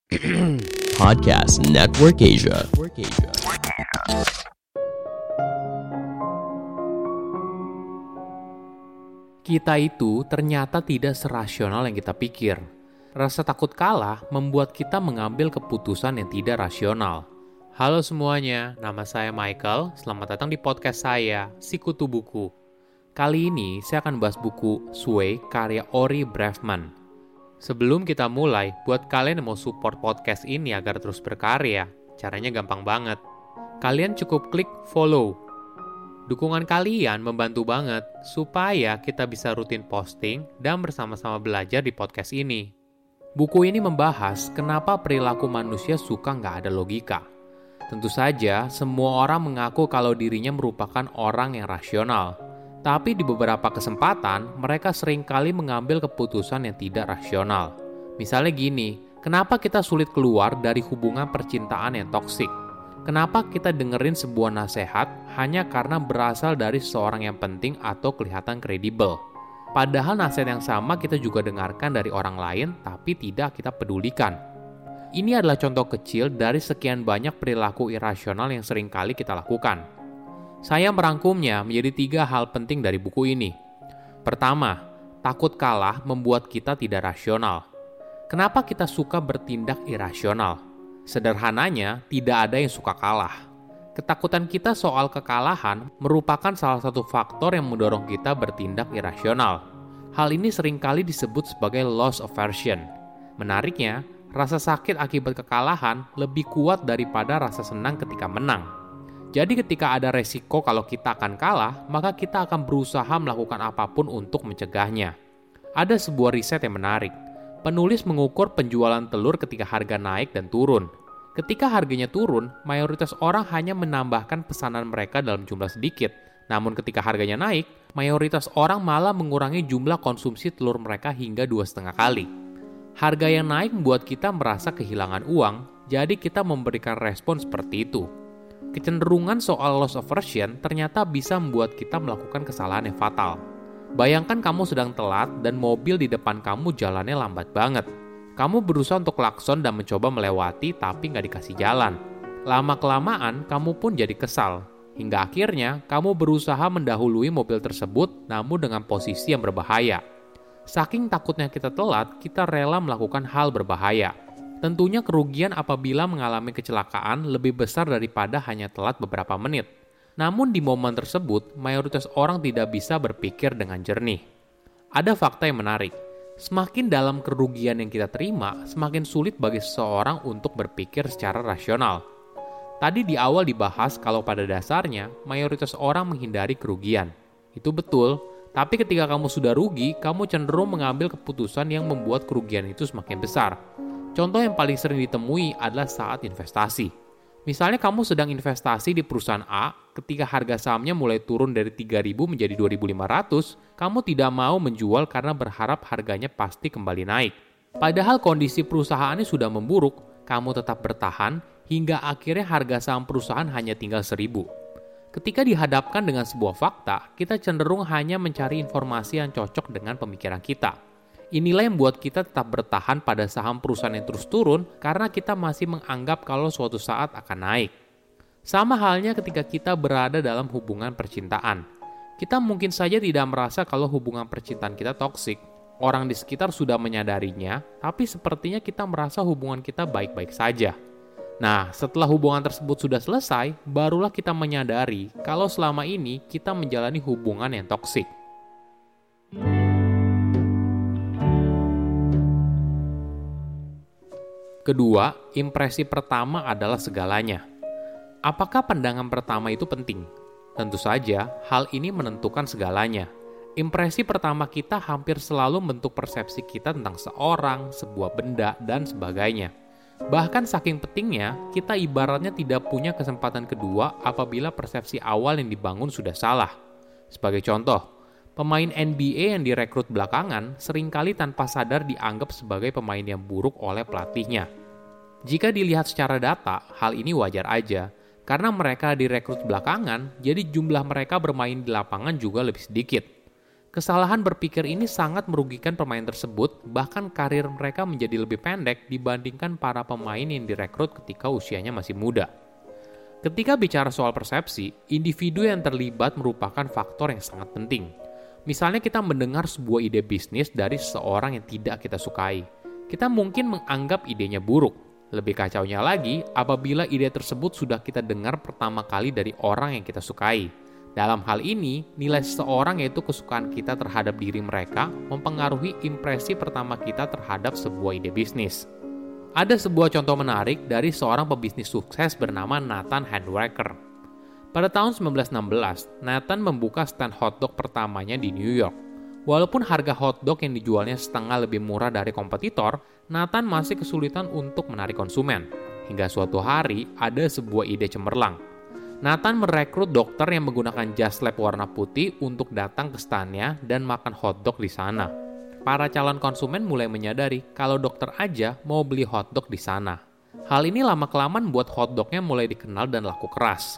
Podcast Network Asia. Kita itu ternyata tidak serasional yang kita pikir. Rasa takut kalah membuat kita mengambil keputusan yang tidak rasional. Halo semuanya, nama saya Michael. Selamat datang di podcast saya, Sikutu Buku. Kali ini saya akan bahas buku Sway karya Ori Braveman. Sebelum kita mulai, buat kalian yang mau support podcast ini agar terus berkarya, caranya gampang banget. Kalian cukup klik follow. Dukungan kalian membantu banget supaya kita bisa rutin posting dan bersama-sama belajar di podcast ini. Buku ini membahas kenapa perilaku manusia suka nggak ada logika. Tentu saja, semua orang mengaku kalau dirinya merupakan orang yang rasional. Tapi di beberapa kesempatan, mereka seringkali mengambil keputusan yang tidak rasional. Misalnya gini, kenapa kita sulit keluar dari hubungan percintaan yang toksik? Kenapa kita dengerin sebuah nasihat hanya karena berasal dari seseorang yang penting atau kelihatan kredibel? Padahal nasihat yang sama kita juga dengarkan dari orang lain, tapi tidak kita pedulikan. Ini adalah contoh kecil dari sekian banyak perilaku irasional yang seringkali kita lakukan. Saya merangkumnya menjadi 3 hal penting dari buku ini. Pertama, takut kalah membuat kita tidak rasional. Kenapa kita suka bertindak irasional? Sederhananya, tidak ada yang suka kalah. Ketakutan kita soal kekalahan merupakan salah satu faktor yang mendorong kita bertindak irasional. Hal ini seringkali disebut sebagai loss aversion. Menariknya, rasa sakit akibat kekalahan lebih kuat daripada rasa senang ketika menang. Jadi ketika ada resiko kalau kita akan kalah, maka kita akan berusaha melakukan apapun untuk mencegahnya. Ada sebuah riset yang menarik. Penulis mengukur penjualan telur ketika harga naik dan turun. Ketika harganya turun, mayoritas orang hanya menambahkan pesanan mereka dalam jumlah sedikit. Namun ketika harganya naik, mayoritas orang malah mengurangi jumlah konsumsi telur mereka hingga 2,5 kali. Harga yang naik membuat kita merasa kehilangan uang, jadi kita memberikan respon seperti itu. Kecenderungan soal loss aversion ternyata bisa membuat kita melakukan kesalahan yang fatal. Bayangkan kamu sedang telat dan mobil di depan kamu jalannya lambat banget. Kamu berusaha untuk klakson dan mencoba melewati tapi nggak dikasih jalan. Lama-kelamaan kamu pun jadi kesal. Hingga akhirnya kamu berusaha mendahului mobil tersebut namun dengan posisi yang berbahaya. Saking takutnya kita telat, kita rela melakukan hal berbahaya. Tentunya kerugian apabila mengalami kecelakaan lebih besar daripada hanya telat beberapa menit. Namun di momen tersebut, mayoritas orang tidak bisa berpikir dengan jernih. Ada fakta yang menarik. Semakin dalam kerugian yang kita terima, semakin sulit bagi seseorang untuk berpikir secara rasional. Tadi di awal dibahas kalau pada dasarnya, mayoritas orang menghindari kerugian. Itu betul, tapi ketika kamu sudah rugi, kamu cenderung mengambil keputusan yang membuat kerugian itu semakin besar. Contoh yang paling sering ditemui adalah saat investasi. Misalnya kamu sedang investasi di perusahaan A, ketika harga sahamnya mulai turun dari 3.000 menjadi 2.500, kamu tidak mau menjual karena berharap harganya pasti kembali naik. Padahal kondisi perusahaannya sudah memburuk, kamu tetap bertahan hingga akhirnya harga saham perusahaan hanya tinggal 1.000. Ketika dihadapkan dengan sebuah fakta, kita cenderung hanya mencari informasi yang cocok dengan pemikiran kita. Inilah yang membuat kita tetap bertahan pada saham perusahaan yang terus turun karena kita masih menganggap kalau suatu saat akan naik. Sama halnya ketika kita berada dalam hubungan percintaan. Kita mungkin saja tidak merasa kalau hubungan percintaan kita toksik. Orang di sekitar sudah menyadarinya, tapi sepertinya kita merasa hubungan kita baik-baik saja. Nah, setelah hubungan tersebut sudah selesai, barulah kita menyadari kalau selama ini kita menjalani hubungan yang toksik. Kedua, impresi pertama adalah segalanya. Apakah pandangan pertama itu penting? Tentu saja, hal ini menentukan segalanya. Impresi pertama kita hampir selalu membentuk persepsi kita tentang seorang, sebuah benda, dan sebagainya. Bahkan saking pentingnya, kita ibaratnya tidak punya kesempatan kedua apabila persepsi awal yang dibangun sudah salah. Sebagai contoh, pemain NBA yang direkrut belakangan seringkali tanpa sadar dianggap sebagai pemain yang buruk oleh pelatihnya. Jika dilihat secara data, hal ini wajar aja, karena mereka direkrut belakangan, jadi jumlah mereka bermain di lapangan juga lebih sedikit. Kesalahan berpikir ini sangat merugikan pemain tersebut, bahkan karir mereka menjadi lebih pendek dibandingkan para pemain yang direkrut ketika usianya masih muda. Ketika bicara soal persepsi, individu yang terlibat merupakan faktor yang sangat penting. Misalnya kita mendengar sebuah ide bisnis dari seseorang yang tidak kita sukai. Kita mungkin menganggap idenya buruk. Lebih kacaunya lagi, apabila ide tersebut sudah kita dengar pertama kali dari orang yang kita sukai. Dalam hal ini, nilai seseorang yaitu kesukaan kita terhadap diri mereka mempengaruhi impresi pertama kita terhadap sebuah ide bisnis. Ada sebuah contoh menarik dari seorang pebisnis sukses bernama Nathan Handwerker. Pada tahun 1916, Nathan membuka stand hotdog pertamanya di New York. Walaupun harga hotdog yang dijualnya setengah lebih murah dari kompetitor, Nathan masih kesulitan untuk menarik konsumen. Hingga suatu hari, ada sebuah ide cemerlang. Nathan merekrut dokter yang menggunakan jas lab warna putih untuk datang ke standnya dan makan hotdog di sana. Para calon konsumen mulai menyadari kalau dokter aja mau beli hotdog di sana. Hal ini lama-kelamaan membuat hotdognya mulai dikenal dan laku keras.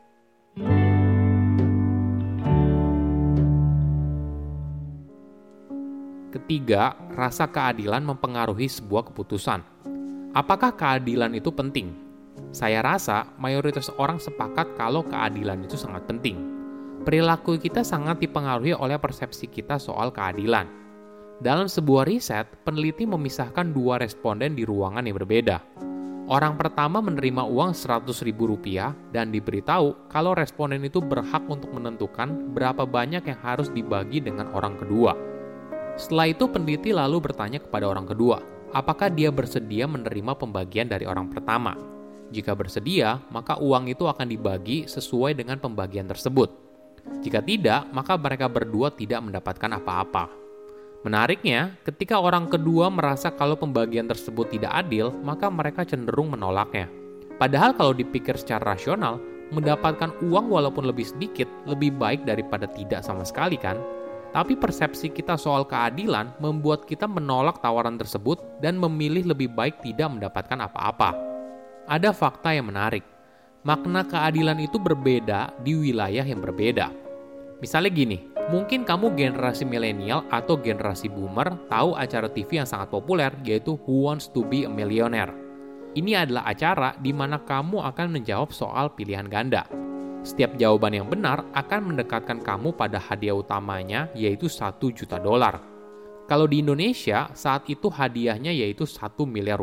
Ketiga, rasa keadilan mempengaruhi sebuah keputusan. Apakah keadilan itu penting? Saya rasa mayoritas orang sepakat kalau keadilan itu sangat penting. Perilaku kita sangat dipengaruhi oleh persepsi kita soal keadilan. Dalam sebuah riset, peneliti memisahkan dua responden di ruangan yang berbeda. Orang pertama menerima uang Rp100.000 dan diberitahu kalau responden itu berhak untuk menentukan berapa banyak yang harus dibagi dengan orang kedua. Setelah itu peneliti lalu bertanya kepada orang kedua, apakah dia bersedia menerima pembagian dari orang pertama. Jika bersedia, maka uang itu akan dibagi sesuai dengan pembagian tersebut. Jika tidak, maka mereka berdua tidak mendapatkan apa-apa. Menariknya, ketika orang kedua merasa kalau pembagian tersebut tidak adil, maka mereka cenderung menolaknya. Padahal kalau dipikir secara rasional, mendapatkan uang walaupun lebih sedikit lebih baik daripada tidak sama sekali kan? Tapi persepsi kita soal keadilan membuat kita menolak tawaran tersebut dan memilih lebih baik tidak mendapatkan apa-apa. Ada fakta yang menarik. Makna keadilan itu berbeda di wilayah yang berbeda. Misalnya gini, mungkin kamu generasi milenial atau generasi boomer tahu acara TV yang sangat populer yaitu Who Wants to be a Millionaire. Ini adalah acara di mana kamu akan menjawab soal pilihan ganda. Setiap jawaban yang benar akan mendekatkan kamu pada hadiah utamanya yaitu $1 juta. Kalau di Indonesia, saat itu hadiahnya yaitu $1 miliar.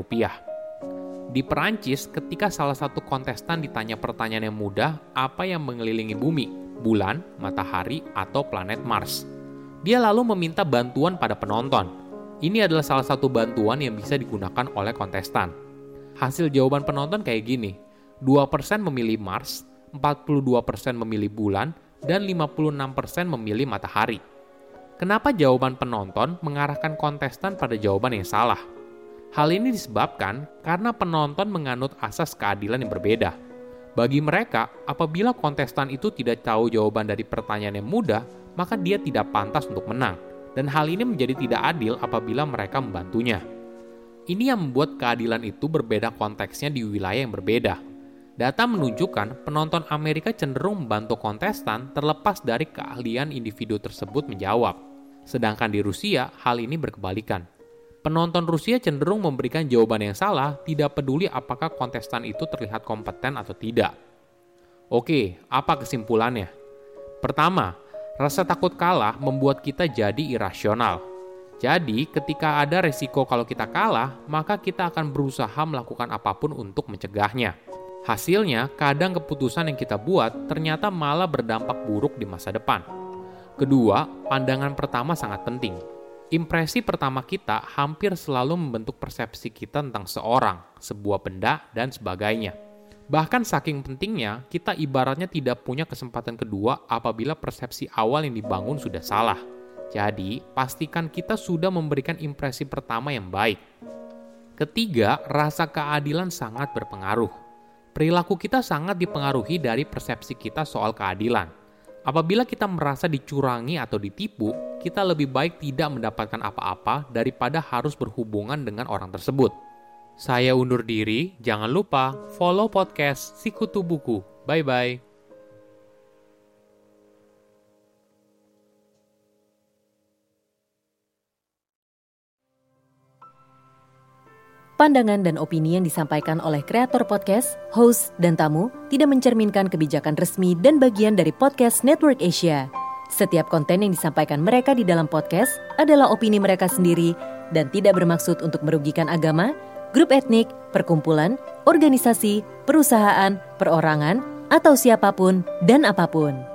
Di Perancis, ketika salah satu kontestan ditanya pertanyaan yang mudah, apa yang mengelilingi bumi? Bulan, matahari, atau planet Mars. Dia lalu meminta bantuan pada penonton. Ini adalah salah satu bantuan yang bisa digunakan oleh kontestan. Hasil jawaban penonton kayak gini, 2% memilih Mars, 42% memilih bulan, dan 56% memilih matahari. Kenapa jawaban penonton mengarahkan kontestan pada jawaban yang salah? Hal ini disebabkan karena penonton menganut asas keadilan yang berbeda. Bagi mereka, apabila kontestan itu tidak tahu jawaban dari pertanyaan yang mudah, maka dia tidak pantas untuk menang. Dan hal ini menjadi tidak adil apabila mereka membantunya. Ini yang membuat keadilan itu berbeda konteksnya di wilayah yang berbeda. Data menunjukkan penonton Amerika cenderung membantu kontestan terlepas dari keahlian individu tersebut menjawab. Sedangkan di Rusia, hal ini berkebalikan. Penonton Rusia cenderung memberikan jawaban yang salah, tidak peduli apakah kontestan itu terlihat kompeten atau tidak. Oke, apa kesimpulannya? Pertama, rasa takut kalah membuat kita jadi irasional. Jadi, ketika ada resiko kalau kita kalah, maka kita akan berusaha melakukan apapun untuk mencegahnya. Hasilnya, kadang keputusan yang kita buat ternyata malah berdampak buruk di masa depan. Kedua, pandangan pertama sangat penting. Impresi pertama kita hampir selalu membentuk persepsi kita tentang seorang, sebuah benda, dan sebagainya. Bahkan saking pentingnya, kita ibaratnya tidak punya kesempatan kedua apabila persepsi awal yang dibangun sudah salah. Jadi, pastikan kita sudah memberikan impresi pertama yang baik. Ketiga, rasa keadilan sangat berpengaruh. Perilaku kita sangat dipengaruhi dari persepsi kita soal keadilan. Apabila kita merasa dicurangi atau ditipu, kita lebih baik tidak mendapatkan apa-apa daripada harus berhubungan dengan orang tersebut. Saya undur diri, jangan lupa follow podcast Sikutu Buku. Bye-bye. Pandangan dan opini yang disampaikan oleh kreator podcast, host, dan tamu tidak mencerminkan kebijakan resmi dan bagian dari podcast Network Asia. Setiap konten yang disampaikan mereka di dalam podcast adalah opini mereka sendiri dan tidak bermaksud untuk merugikan agama, grup etnik, perkumpulan, organisasi, perusahaan, perorangan, atau siapapun dan apapun.